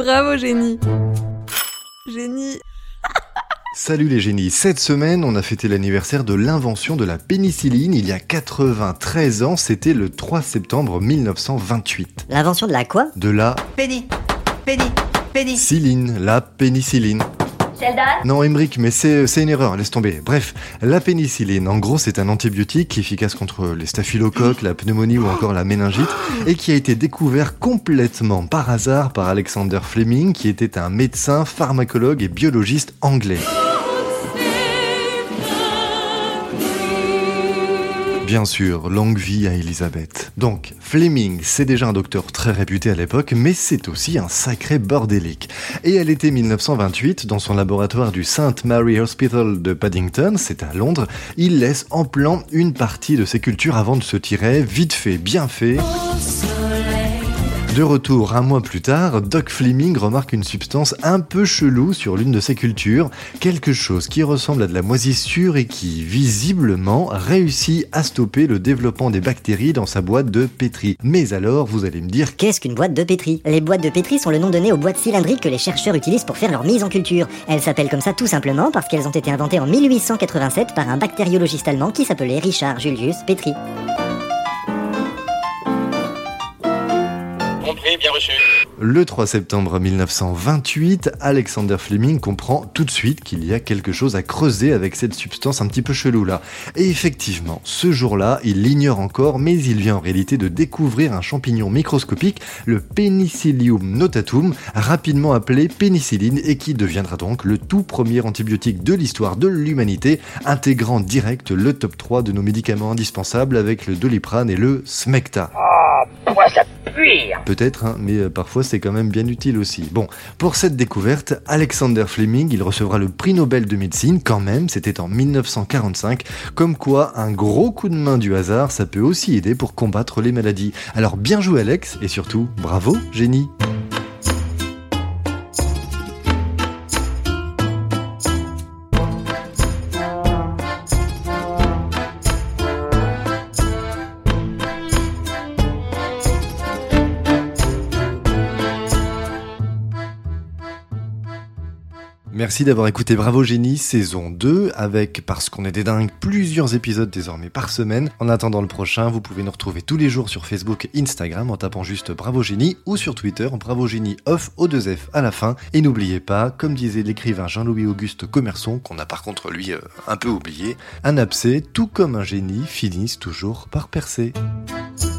Bravo, génie. Génie. Salut les génies, cette semaine on a fêté l'anniversaire de l'invention de la pénicilline il y a 93 ans, c'était le 3 septembre 1928. L'invention de la quoi? De la pénicilline, la pénicilline. Sheldon ? Non, Emmerich, mais c'est une erreur, laisse tomber. Bref, la pénicilline, en gros, c'est un antibiotique efficace contre les staphylocoques, la pneumonie ou encore la méningite, et qui a été découvert complètement par hasard par Alexander Fleming, qui était un médecin, pharmacologue et biologiste anglais. Bien sûr, longue vie à Elisabeth. Donc, Fleming, c'est déjà un docteur très réputé à l'époque, mais c'est aussi un sacré bordélique. Et à l'été 1928, dans son laboratoire du St. Mary Hospital de Paddington, c'est à Londres, il laisse en plan une partie de ses cultures avant de se tirer, vite fait, bien fait. De retour un mois plus tard, Doc Fleming remarque une substance un peu chelou sur l'une de ses cultures, quelque chose qui ressemble à de la moisissure et qui, visiblement, réussit à stopper le développement des bactéries dans sa boîte de pétri. Mais alors, vous allez me dire... Qu'est-ce qu'une boîte de pétri? Les boîtes de pétri sont le nom donné aux boîtes cylindriques que les chercheurs utilisent pour faire leur mise en culture. Elles s'appellent comme ça tout simplement parce qu'elles ont été inventées en 1887 par un bactériologiste allemand qui s'appelait Richard Julius Petri. Bien reçu. Le 3 septembre 1928, Alexander Fleming comprend tout de suite qu'il y a quelque chose à creuser avec cette substance un petit peu chelou là. Et effectivement, ce jour-là, il l'ignore encore, mais il vient en réalité de découvrir un champignon microscopique, le Penicillium notatum, rapidement appelé pénicilline et qui deviendra donc le tout premier antibiotique de l'histoire de l'humanité, intégrant direct le top 3 de nos médicaments indispensables avec le Doliprane et le Smecta. Moi, ça pue. Peut-être, hein, mais parfois c'est quand même bien utile aussi. Bon, pour cette découverte, Alexander Fleming, il recevra le prix Nobel de médecine quand même, c'était en 1945, comme quoi un gros coup de main du hasard, ça peut aussi aider pour combattre les maladies. Alors bien joué Alex, et surtout, bravo, génie. Merci d'avoir écouté Bravo Génie, saison 2, avec, parce qu'on est des dingues, plusieurs épisodes désormais par semaine. En attendant le prochain, vous pouvez nous retrouver tous les jours sur Facebook et Instagram en tapant juste Bravo Génie ou sur Twitter Bravo Génie off au 2F à la fin. Et n'oubliez pas, comme disait l'écrivain Jean-Louis-Auguste Commerson, qu'on a par contre lui un peu oublié, un abcès, tout comme un génie, finissent toujours par percer.